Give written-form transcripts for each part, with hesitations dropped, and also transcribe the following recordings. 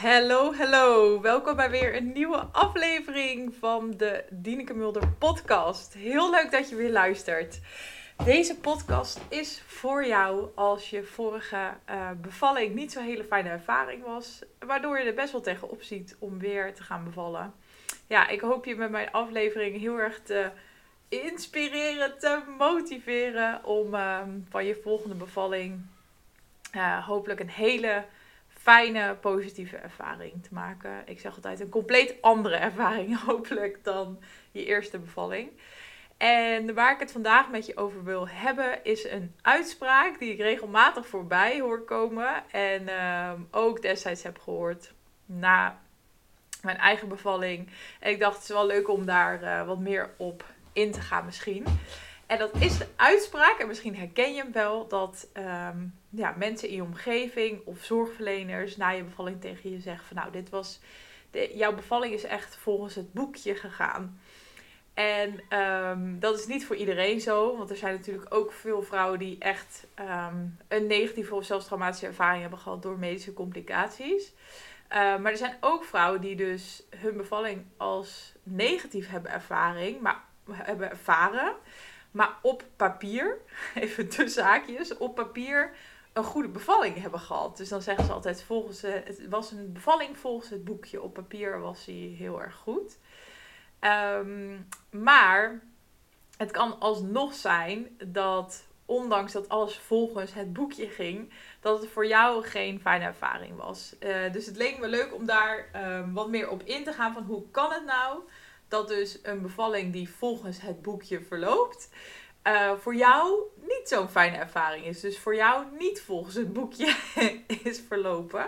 Hallo, hallo. Welkom bij weer een nieuwe aflevering van de Dieneke Mulder podcast. Heel leuk dat je weer luistert. Deze podcast is voor jou als je vorige bevalling niet zo'n hele fijne ervaring was. Waardoor je er best wel tegenop ziet om weer te gaan bevallen. Ja, ik hoop je met mijn aflevering heel erg te inspireren, te motiveren om van je volgende bevalling hopelijk een hele fijne, positieve ervaring te maken. Ik zeg altijd een compleet andere ervaring hopelijk dan je eerste bevalling. En waar ik het vandaag met je over wil hebben is een uitspraak die ik regelmatig voorbij hoor komen. En ook destijds heb gehoord na mijn eigen bevalling. En ik dacht het is wel leuk om daar wat meer op in te gaan misschien. En dat is de uitspraak, en misschien herken je hem wel, dat mensen in je omgeving of zorgverleners na je bevalling tegen je zeggen van nou, jouw bevalling is echt volgens het boekje gegaan. En dat is niet voor iedereen zo, want er zijn natuurlijk ook veel vrouwen die echt een negatieve of zelfs traumatische ervaring hebben gehad door medische complicaties. Maar er zijn ook vrouwen die dus hun bevalling als negatief hebben ervaren. Maar op papier, even tussen haakjes, op papier een goede bevalling hebben gehad. Dus dan zeggen ze altijd, het was een bevalling volgens het boekje. Op papier was die heel erg goed. Maar het kan alsnog zijn dat, ondanks dat alles volgens het boekje ging, dat het voor jou geen fijne ervaring was. Dus het leek me leuk om daar wat meer op in te gaan van hoe kan het nou dat dus een bevalling die volgens het boekje verloopt, voor jou niet zo'n fijne ervaring is. Dus voor jou niet volgens het boekje is verlopen.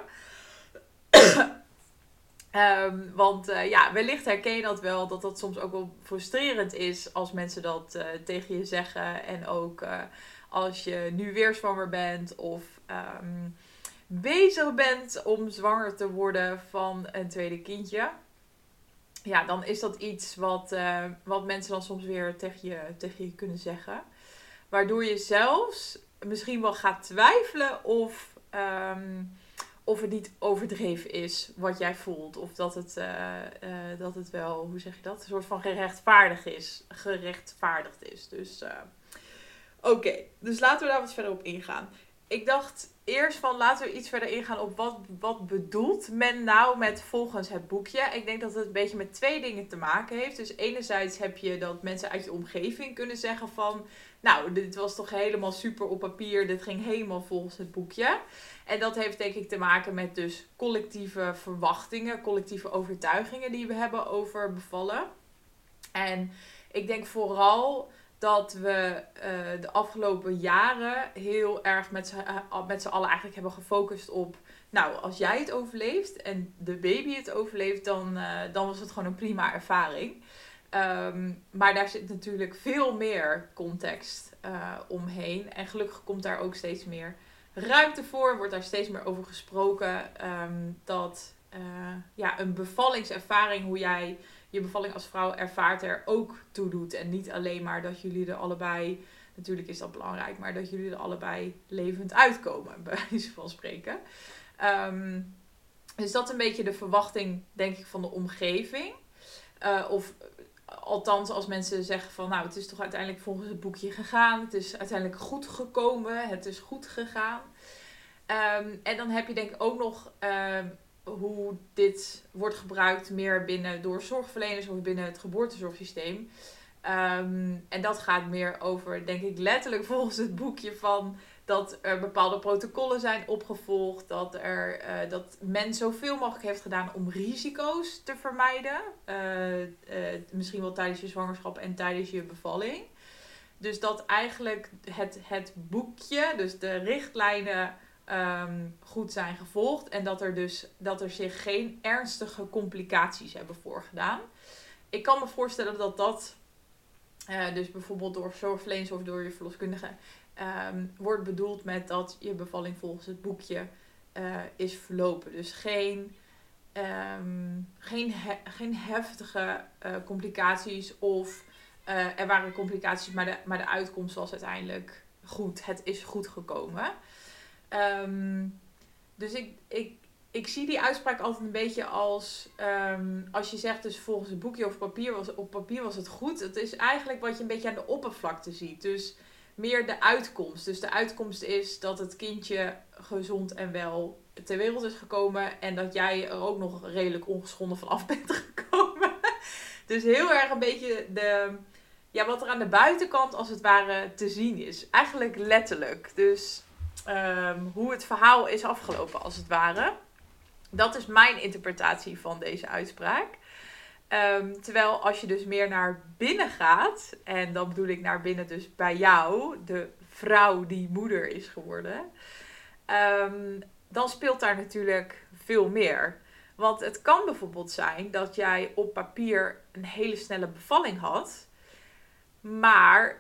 Want wellicht herken je dat wel, dat dat soms ook wel frustrerend is als mensen dat tegen je zeggen. En ook als je nu weer zwanger bent of bezig bent om zwanger te worden van een tweede kindje. Ja, dan is dat iets wat mensen dan soms weer tegen je kunnen zeggen. Waardoor je zelfs misschien wel gaat twijfelen of het niet overdreven is wat jij voelt. Of dat het wel, hoe zeg je dat? Een soort van gerechtvaardigd is. Dus oké, dus laten we daar wat verder op ingaan. Ik dacht eerst van laten we iets verder ingaan op wat bedoelt men nou met volgens het boekje. Ik denk dat het een beetje met twee dingen te maken heeft. Dus enerzijds heb je dat mensen uit je omgeving kunnen zeggen van nou, dit was toch helemaal super op papier. Dit ging helemaal volgens het boekje. En dat heeft denk ik te maken met dus collectieve verwachtingen, collectieve overtuigingen die we hebben over bevallen. En ik denk vooral dat we de afgelopen jaren heel erg met z'n allen eigenlijk hebben gefocust op nou, als jij het overleeft en de baby het overleeft, dan was het gewoon een prima ervaring. Maar daar zit natuurlijk veel meer context omheen. En gelukkig komt daar ook steeds meer ruimte voor. Wordt daar steeds meer over gesproken. Dat een bevallingservaring, hoe jij je bevalling als vrouw ervaart, er ook toe doet. En niet alleen maar dat jullie er allebei, natuurlijk is dat belangrijk, maar dat jullie er allebei levend uitkomen, bij wijze van spreken. Dus dat is een beetje de verwachting, denk ik, van de omgeving. Of althans als mensen zeggen van nou, het is toch uiteindelijk volgens het boekje gegaan. Het is uiteindelijk goed gekomen. Het is goed gegaan. En dan heb je denk ik ook nog hoe dit wordt gebruikt meer door zorgverleners of binnen het geboortezorgsysteem. En dat gaat meer over, denk ik, letterlijk volgens het boekje van dat er bepaalde protocollen zijn opgevolgd. Dat men zoveel mogelijk heeft gedaan om risico's te vermijden. Misschien wel tijdens je zwangerschap en tijdens je bevalling. Dus dat eigenlijk het boekje, dus de richtlijnen, goed zijn gevolgd. En dat er zich geen ernstige complicaties hebben voorgedaan. Ik kan me voorstellen dat dus bijvoorbeeld door zorgverleners of door je verloskundige wordt bedoeld met dat je bevalling volgens het boekje is verlopen. Dus geen heftige complicaties of er waren complicaties, maar de uitkomst was uiteindelijk goed. Het is goed gekomen. Dus ik zie die uitspraak altijd een beetje als je zegt dus volgens het boekje of op papier was het goed. Het is eigenlijk wat je een beetje aan de oppervlakte ziet. Dus meer de uitkomst. Dus de uitkomst is dat het kindje gezond en wel ter wereld is gekomen. En dat jij er ook nog redelijk ongeschonden van af bent gekomen. Dus heel erg een beetje wat er aan de buitenkant als het ware te zien is. Eigenlijk letterlijk. Dus hoe het verhaal is afgelopen als het ware. Dat is mijn interpretatie van deze uitspraak. Terwijl als je dus meer naar binnen gaat, en dan bedoel ik naar binnen dus bij jou, de vrouw die moeder is geworden, dan speelt daar natuurlijk veel meer. Want het kan bijvoorbeeld zijn dat jij op papier een hele snelle bevalling had, maar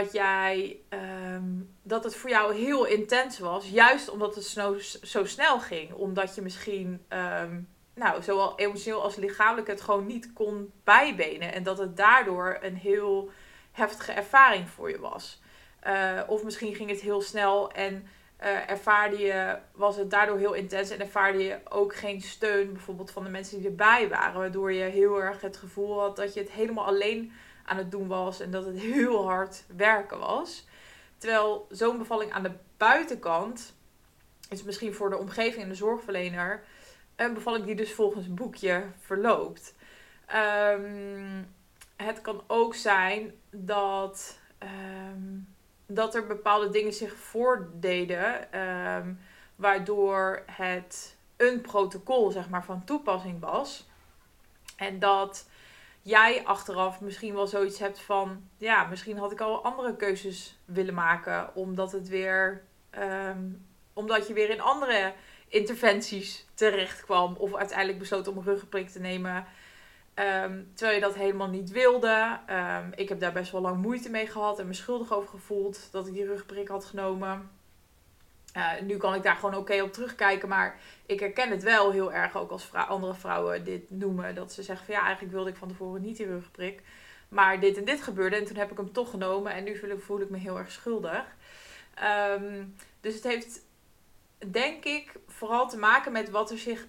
dat het voor jou heel intens was, juist omdat het zo snel ging. Omdat je misschien zowel emotioneel als lichamelijk het gewoon niet kon bijbenen. En dat het daardoor een heel heftige ervaring voor je was. Of misschien ging het heel snel en was het daardoor heel intens en ervaarde je ook geen steun bijvoorbeeld van de mensen die erbij waren. Waardoor je heel erg het gevoel had dat je het helemaal alleen aan het doen was en dat het heel hard werken was. Terwijl zo'n bevalling aan de buitenkant is misschien voor de omgeving en de zorgverlener een bevalling die dus volgens het boekje verloopt. Het kan ook zijn dat er bepaalde dingen zich voordeden, waardoor het een protocol zeg maar van toepassing was. En dat jij achteraf misschien wel zoiets hebt van, ja, misschien had ik al andere keuzes willen maken, omdat je weer in andere interventies terecht kwam of uiteindelijk besloot om een ruggenprik te nemen, terwijl je dat helemaal niet wilde. Ik heb daar best wel lang moeite mee gehad en me schuldig over gevoeld dat ik die ruggenprik had genomen. Nu kan ik daar gewoon oké op terugkijken, maar ik herken het wel heel erg, ook als andere vrouwen dit noemen, dat ze zeggen van ja, eigenlijk wilde ik van tevoren niet die ruggenprik, maar dit en dit gebeurde en toen heb ik hem toch genomen en nu voel ik me heel erg schuldig. Dus het heeft, denk ik, vooral te maken met wat er zich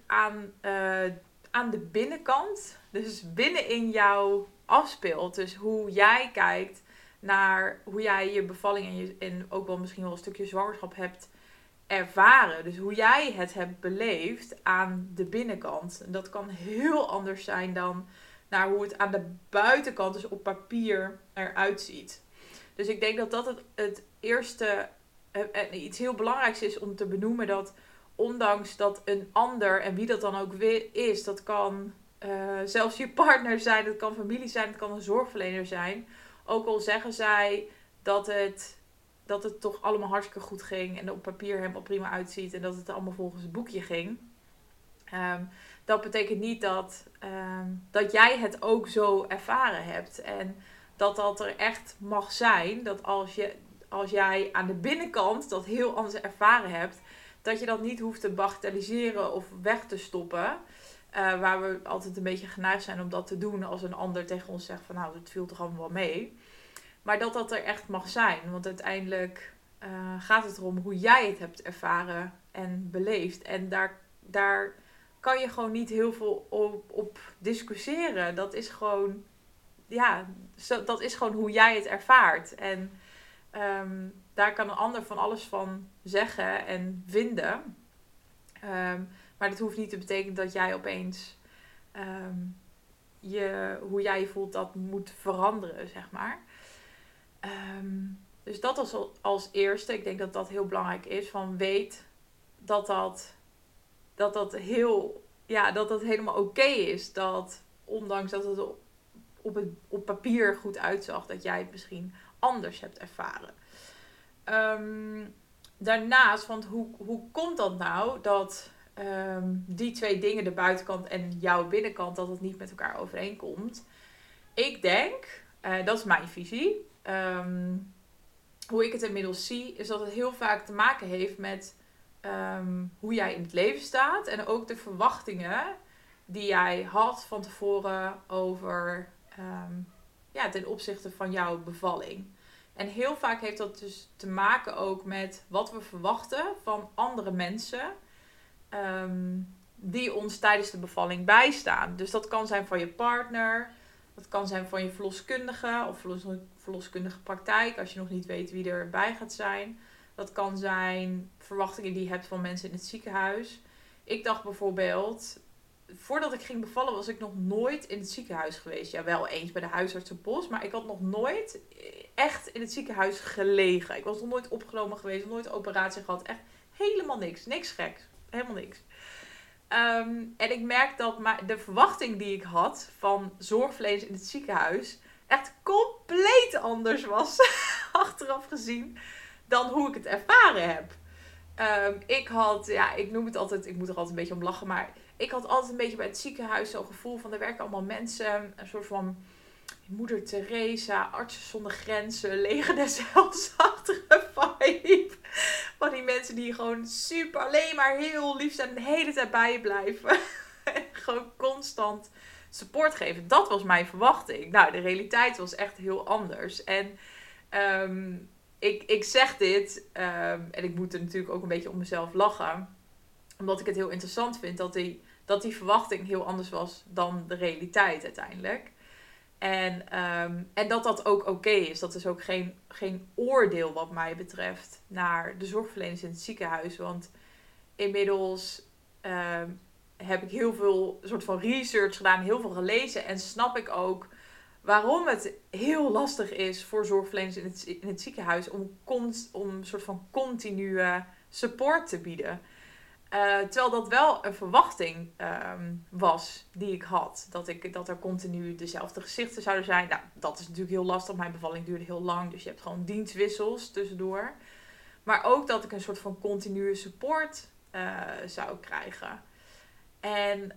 aan de binnenkant, dus binnenin jou afspeelt. Dus hoe jij kijkt naar hoe jij je bevalling en ook wel misschien wel een stukje zwangerschap hebt ervaren. Dus hoe jij het hebt beleefd aan de binnenkant. En dat kan heel anders zijn dan naar hoe het aan de buitenkant, dus op papier, eruit ziet. Dus ik denk dat dat het eerste iets heel belangrijks is om te benoemen, dat ondanks dat een ander, en wie dat dan ook weer is, dat kan zelfs je partner zijn, dat kan familie zijn, dat kan een zorgverlener zijn. Ook al zeggen zij dat het toch allemaal hartstikke goed ging en op papier helemaal prima uitziet en dat het allemaal volgens het boekje ging. Dat betekent niet dat jij het ook zo ervaren hebt. En dat er echt mag zijn, dat als jij aan de binnenkant dat heel anders ervaren hebt, dat je dat niet hoeft te bagatelliseren of weg te stoppen. Waar we altijd een beetje geneigd zijn om dat te doen als een ander tegen ons zegt van nou, het viel toch allemaal wel mee. Maar dat er echt mag zijn. Want uiteindelijk gaat het erom hoe jij het hebt ervaren en beleefd. En daar kan je gewoon niet heel veel op discussiëren. Dat is gewoon, dat is gewoon hoe jij het ervaart. En daar kan een ander van alles van zeggen en vinden. Maar dat hoeft niet te betekenen dat jij opeens hoe jij je voelt, dat moet veranderen, zeg maar. Dus dat als eerste. Ik denk dat dat heel belangrijk is. Van weet dat helemaal oké is. Dat ondanks dat het op papier goed uitzag, dat jij het misschien anders hebt ervaren. Daarnaast, want hoe komt dat nou dat die twee dingen, de buitenkant en jouw binnenkant, dat het niet met elkaar overeenkomt? Ik denk, dat is mijn visie. Hoe ik het inmiddels zie, is dat het heel vaak te maken heeft met hoe jij in het leven staat. En ook de verwachtingen die jij had van tevoren over ten opzichte van jouw bevalling. En heel vaak heeft dat dus te maken ook met wat we verwachten van andere mensen. die ons tijdens de bevalling bijstaan. Dus dat kan zijn van je partner, dat kan zijn van je verloskundige of verloskundige praktijk, als je nog niet weet wie erbij gaat zijn. Dat kan zijn verwachtingen die je hebt van mensen in het ziekenhuis. Ik dacht bijvoorbeeld, voordat ik ging bevallen was ik nog nooit in het ziekenhuis geweest. Ja, wel eens bij de huisartsenpost, maar ik had nog nooit echt in het ziekenhuis gelegen. Ik was nog nooit opgenomen geweest, nog nooit een operatie gehad. Echt helemaal niks. Niks geks. Helemaal niks. En ik merk dat de verwachting die ik had van zorgverleners in het ziekenhuis echt compleet anders was, achteraf gezien, dan hoe ik het ervaren heb. Ik noem het altijd, ik moet er altijd een beetje om lachen, maar ik had altijd een beetje bij het ziekenhuis zo'n gevoel van, er werken allemaal mensen, een soort van Moeder Teresa, Artsen zonder Grenzen, Leger des Heils-achtige vibe. Van die mensen die gewoon super alleen maar heel lief zijn en de hele tijd bij je blijven. Gewoon constant support geven. Dat was mijn verwachting. Nou, de realiteit was echt heel anders. En ik zeg dit, en ik moet er natuurlijk ook een beetje om mezelf lachen, omdat ik het heel interessant vind dat die verwachting heel anders was dan de realiteit uiteindelijk. En dat ook oké is. Dat is ook geen oordeel wat mij betreft naar de zorgverleners in het ziekenhuis. Want inmiddels heb ik heel veel soort van research gedaan, heel veel gelezen. En snap ik ook waarom het heel lastig is voor zorgverleners in het ziekenhuis om een soort van continue support te bieden. Terwijl dat wel een verwachting was die ik had. Dat er continu dezelfde gezichten zouden zijn. Nou, dat is natuurlijk heel lastig. Mijn bevalling duurde heel lang. Dus je hebt gewoon dienstwissels tussendoor. Maar ook dat ik een soort van continue support zou krijgen. En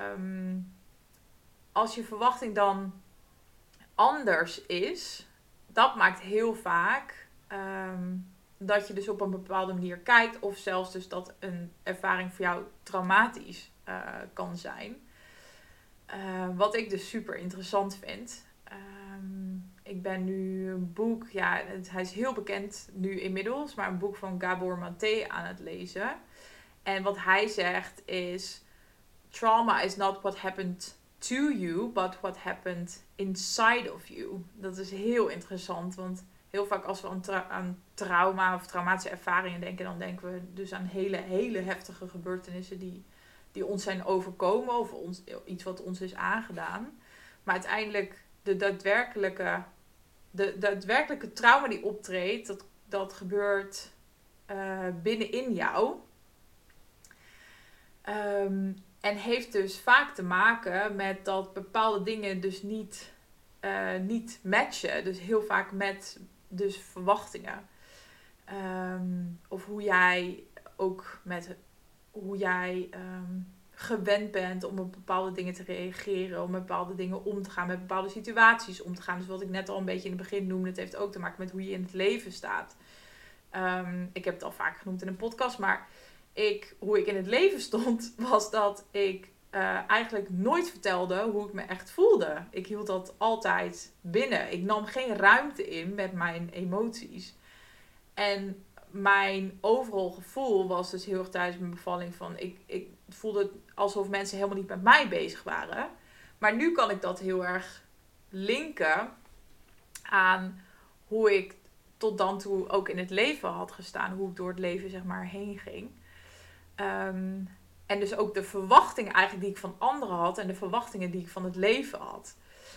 als je verwachting dan anders is, dat maakt heel vaak dat je dus op een bepaalde manier kijkt, of zelfs dus dat een ervaring voor jou traumatisch kan zijn. Wat ik dus super interessant vind. Ik ben nu een boek, hij is heel bekend nu inmiddels, maar een boek van Gabor Maté aan het lezen. En wat hij zegt is, trauma is not what happened to you, but what happened inside of you. Dat is heel interessant, want heel vaak als we aan trauma of traumatische ervaringen denken, dan denken we dus aan hele heftige gebeurtenissen die ons zijn overkomen of iets wat ons is aangedaan. Maar uiteindelijk de daadwerkelijke trauma die optreedt, dat gebeurt binnenin jou. En heeft dus vaak te maken met dat bepaalde dingen dus niet matchen. Dus heel vaak met dus verwachtingen. Of hoe jij gewend bent om op bepaalde dingen te reageren. Om met bepaalde dingen om te gaan. Met bepaalde situaties om te gaan. Dus wat ik net al een beetje in het begin noemde. Het heeft ook te maken met hoe je in het leven staat. Ik heb het al vaak genoemd in een podcast. Maar hoe ik in het leven stond, was dat ik eigenlijk nooit vertelde hoe ik me echt voelde. Ik hield dat altijd binnen. Ik nam geen ruimte in met mijn emoties. En mijn overal gevoel was dus heel erg tijdens mijn bevalling van, ik voelde het alsof mensen helemaal niet met mij bezig waren. Maar nu kan ik dat heel erg linken aan hoe ik tot dan toe ook in het leven had gestaan. Hoe ik door het leven zeg maar heen ging. En dus ook de verwachtingen eigenlijk die ik van anderen had. En de verwachtingen die ik van het leven had.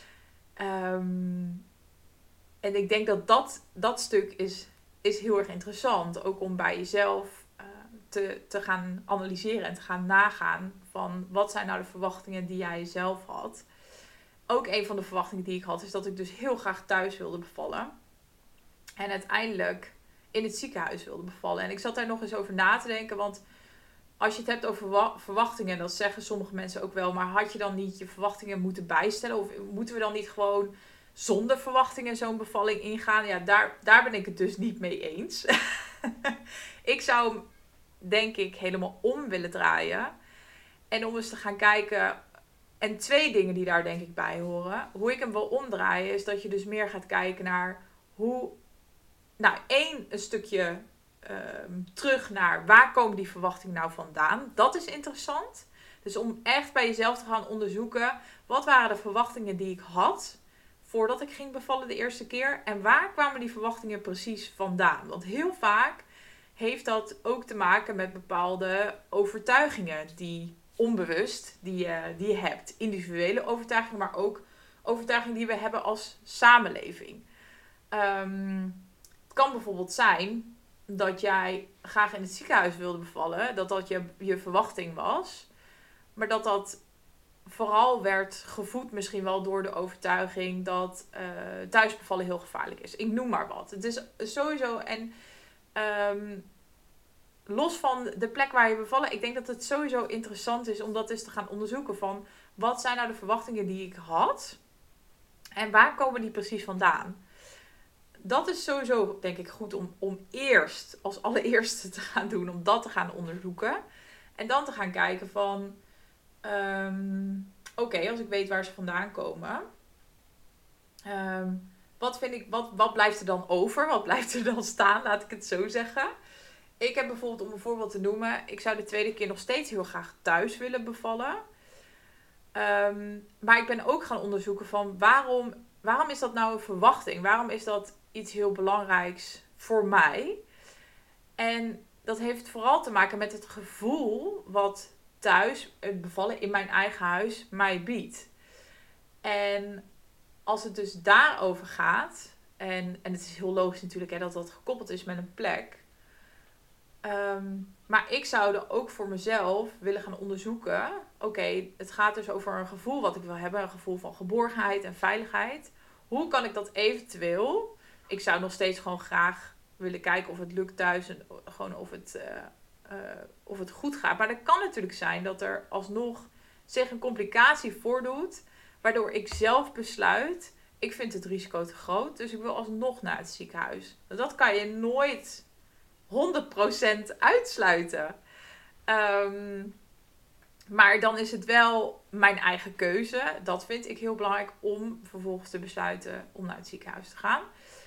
En ik denk dat stuk is heel erg interessant. Ook om bij jezelf te gaan analyseren en te gaan nagaan van wat zijn nou de verwachtingen die jij zelf had. Ook een van de verwachtingen die ik had is dat ik dus heel graag thuis wilde bevallen. En uiteindelijk in het ziekenhuis wilde bevallen. En ik zat daar nog eens over na te denken, want als je het hebt over verwachtingen, dat zeggen sommige mensen ook wel, maar had je dan niet je verwachtingen moeten bijstellen? Of moeten we dan niet gewoon zonder verwachtingen zo'n bevalling ingaan? Ja, daar ben ik het dus niet mee eens. Ik zou denk ik helemaal om willen draaien. En om eens te gaan kijken. En 2 dingen die daar denk ik bij horen. Hoe ik hem wil omdraaien is dat je dus meer gaat kijken naar hoe. Nou, een stukje terug naar waar komen die verwachtingen nou vandaan. Dat is interessant. Dus om echt bij jezelf te gaan onderzoeken, wat waren de verwachtingen die ik had voordat ik ging bevallen de eerste keer? En waar kwamen die verwachtingen precies vandaan? Want heel vaak heeft dat ook te maken met bepaalde overtuigingen die onbewust, die je hebt. Individuele overtuigingen, maar ook overtuigingen die we hebben als samenleving. Het kan bijvoorbeeld zijn dat jij graag in het ziekenhuis wilde bevallen, dat je verwachting was, maar dat vooral werd gevoed misschien wel door de overtuiging dat thuisbevallen heel gevaarlijk is. Ik noem maar wat. Het is sowieso, en los van de plek waar je bevallen, ik denk dat het sowieso interessant is om dat eens te gaan onderzoeken van, wat zijn nou de verwachtingen die ik had en waar komen die precies vandaan? Dat is sowieso, denk ik, goed om eerst als allereerste te gaan doen, om dat te gaan onderzoeken. En dan te gaan kijken van, oké, als ik weet waar ze vandaan komen, wat blijft er dan over? Wat blijft er dan staan? Laat ik het zo zeggen. Ik heb bijvoorbeeld, om een voorbeeld te noemen, ik zou de tweede keer nog steeds heel graag thuis willen bevallen. Maar ik ben ook gaan onderzoeken van, waarom is dat nou een verwachting? Waarom is dat iets heel belangrijks voor mij? En dat heeft vooral te maken met het gevoel wat thuis, het bevallen in mijn eigen huis, mij biedt. En als het dus daarover gaat, en het is heel logisch natuurlijk dat dat gekoppeld is met een plek. Maar ik zou er ook voor mezelf willen gaan onderzoeken. Oké, het gaat dus over een gevoel wat ik wil hebben. Een gevoel van geborgenheid en veiligheid. Hoe kan ik dat eventueel? Ik zou nog steeds gewoon graag willen kijken of het lukt thuis. En gewoon of het goed gaat. Maar het kan natuurlijk zijn dat er alsnog zich een complicatie voordoet. Waardoor ik zelf besluit, ik vind het risico te groot. Dus ik wil alsnog naar het ziekenhuis. Dat kan je nooit 100% uitsluiten. Maar dan is het wel mijn eigen keuze. Dat vind ik heel belangrijk om vervolgens te besluiten om naar het ziekenhuis te gaan.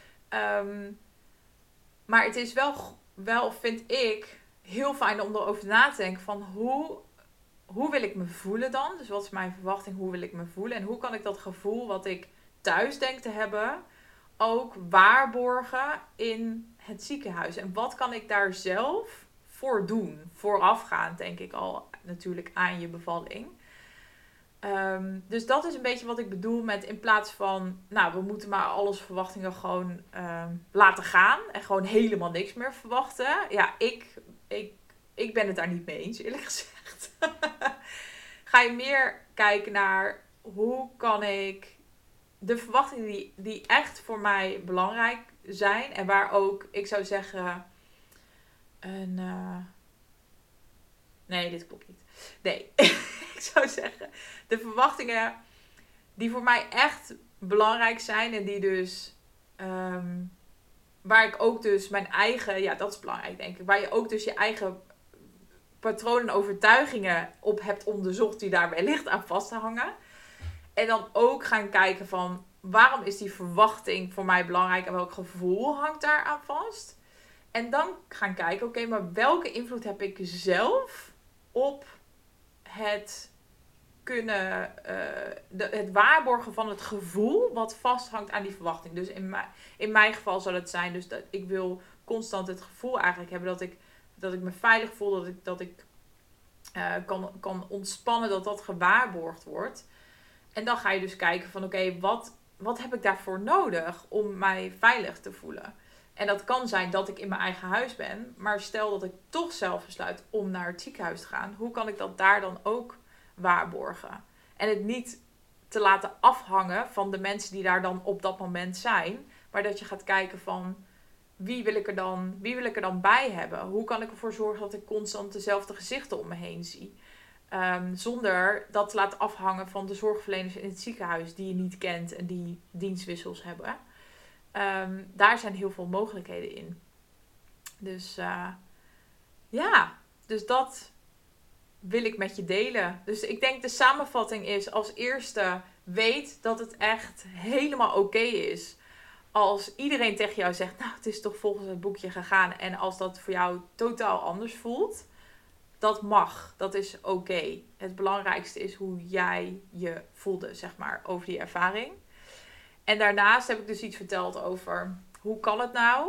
Maar het is wel, vind ik, heel fijn om erover na te denken van hoe wil ik me voelen dan? Dus wat is mijn verwachting? Hoe wil ik me voelen? En hoe kan ik dat gevoel wat ik thuis denk te hebben ook waarborgen in het ziekenhuis? En wat kan ik daar zelf voor doen? Voorafgaand denk ik al natuurlijk aan je bevalling. Dus dat is een beetje wat ik bedoel met, in plaats van, nou, we moeten maar alles verwachtingen gewoon laten gaan. En gewoon helemaal niks meer verwachten. Ja, ik ben het daar niet mee eens, eerlijk gezegd. Ga je meer kijken naar, hoe kan ik de verwachtingen die echt voor mij belangrijk zijn. En waar ook, ik zou zeggen, nee, dit klopt niet. Nee, ik zou zeggen, de verwachtingen die voor mij echt belangrijk zijn. En die dus, waar ik ook dus mijn eigen, ja, dat is belangrijk denk ik. Waar je ook dus je eigen patronen en overtuigingen op hebt onderzocht, die daar wellicht aan vasthangen. En dan ook gaan kijken van, waarom is die verwachting voor mij belangrijk en welk gevoel hangt daar aan vast? En dan gaan kijken, oké, maar welke invloed heb ik zelf op het kunnen, het waarborgen van het gevoel wat vasthangt aan die verwachting. Dus in mijn geval zal het zijn, dus dat ik wil constant het gevoel eigenlijk hebben dat ik me veilig voel, dat ik kan ontspannen, dat gewaarborgd wordt. En dan ga je dus kijken van, oké, wat heb ik daarvoor nodig om mij veilig te voelen? En dat kan zijn dat ik in mijn eigen huis ben. Maar stel dat ik toch zelf besluit om naar het ziekenhuis te gaan. Hoe kan ik dat daar dan ook waarborgen? En het niet te laten afhangen van de mensen die daar dan op dat moment zijn. Maar dat je gaat kijken van, wie wil ik er dan bij hebben? Hoe kan ik ervoor zorgen dat ik constant dezelfde gezichten om me heen zie? Zonder dat te laten afhangen van de zorgverleners in het ziekenhuis die je niet kent en die dienstwissels hebben. Daar zijn heel veel mogelijkheden in. Dus dus dat wil ik met je delen. Dus ik denk de samenvatting is, als eerste, weet dat het echt helemaal oké is als iedereen tegen jou zegt, nou, het is toch volgens het boekje gegaan. En als dat voor jou totaal anders voelt, dat mag. Dat is oké. Het belangrijkste is hoe jij je voelde, zeg maar, over die ervaring. En daarnaast heb ik dus iets verteld over hoe kan het nou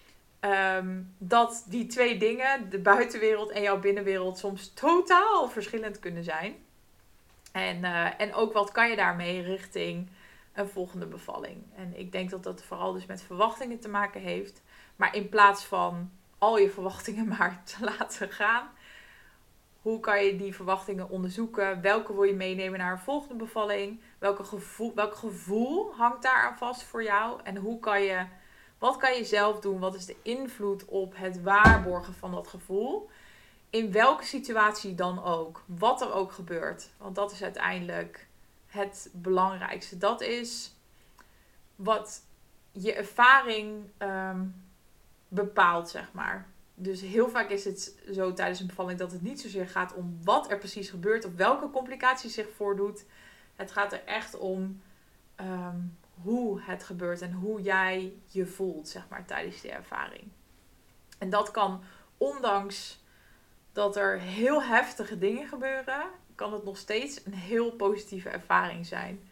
dat die twee dingen, de buitenwereld en jouw binnenwereld, soms totaal verschillend kunnen zijn. En ook wat kan je daarmee richting een volgende bevalling. En ik denk dat dat vooral dus met verwachtingen te maken heeft. Maar in plaats van al je verwachtingen maar te laten gaan, hoe kan je die verwachtingen onderzoeken? Welke wil je meenemen naar een volgende bevalling? Welk gevoel hangt daar aan vast voor jou? En wat kan je zelf doen? Wat is de invloed op het waarborgen van dat gevoel? In welke situatie dan ook. Wat er ook gebeurt. Want dat is uiteindelijk het belangrijkste. Dat is wat je ervaring bepaalt, zeg maar. Dus heel vaak is het zo tijdens een bevalling dat het niet zozeer gaat om wat er precies gebeurt of welke complicatie zich voordoet. Het gaat er echt om hoe het gebeurt en hoe jij je voelt, zeg maar, tijdens die ervaring. En dat kan, ondanks dat er heel heftige dingen gebeuren, kan het nog steeds een heel positieve ervaring zijn.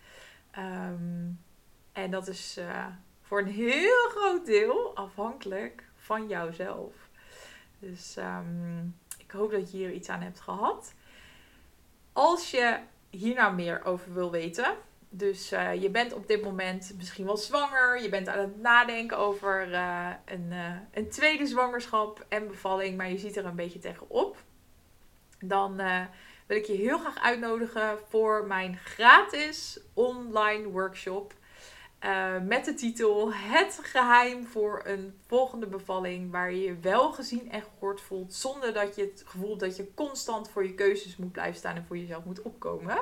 En dat is voor een heel groot deel afhankelijk van jouzelf. Dus ik hoop dat je hier iets aan hebt gehad. Als je hier nou meer over wil weten. Dus je bent op dit moment misschien wel zwanger. Je bent aan het nadenken over een tweede zwangerschap en bevalling. Maar je ziet er een beetje tegenop. Dan wil ik je heel graag uitnodigen voor mijn gratis online workshop. Met de titel Het geheim voor een volgende bevalling. Waar je je wel gezien en gehoord voelt. Zonder dat je het gevoel dat je constant voor je keuzes moet blijven staan. En voor jezelf moet opkomen.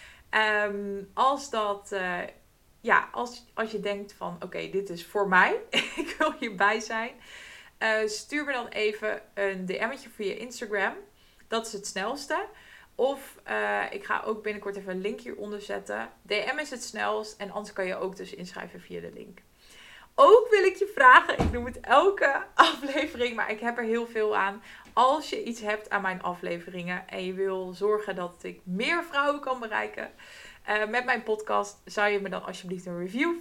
Als je denkt van oké, dit is voor mij. Ik wil hierbij zijn. Stuur me dan even een DM'tje via Instagram. Dat is het snelste. Of ik ga ook binnenkort even een link hieronder zetten. DM is het snelst. En anders kan je ook dus inschrijven via de link. Ook wil ik je vragen. Ik noem het elke aflevering. Maar ik heb er heel veel aan. Als je iets hebt aan mijn afleveringen. En je wil zorgen dat ik meer vrouwen kan bereiken. Met mijn podcast. Zou je me dan alsjeblieft een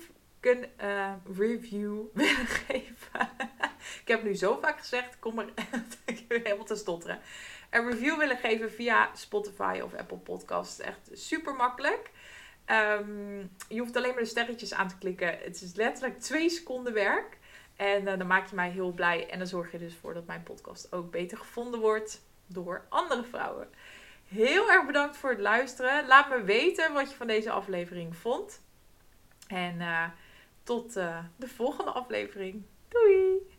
review willen geven. Ik heb het nu zo vaak gezegd. Ik ben helemaal te stotteren. Een review willen geven via Spotify of Apple Podcasts. Echt super makkelijk. Je hoeft alleen maar de sterretjes aan te klikken. Het is letterlijk 2 seconden werk. En dan maak je mij heel blij. En dan zorg je dus voor dat mijn podcast ook beter gevonden wordt door andere vrouwen. Heel erg bedankt voor het luisteren. Laat me weten wat je van deze aflevering vond. En tot de volgende aflevering. Doei!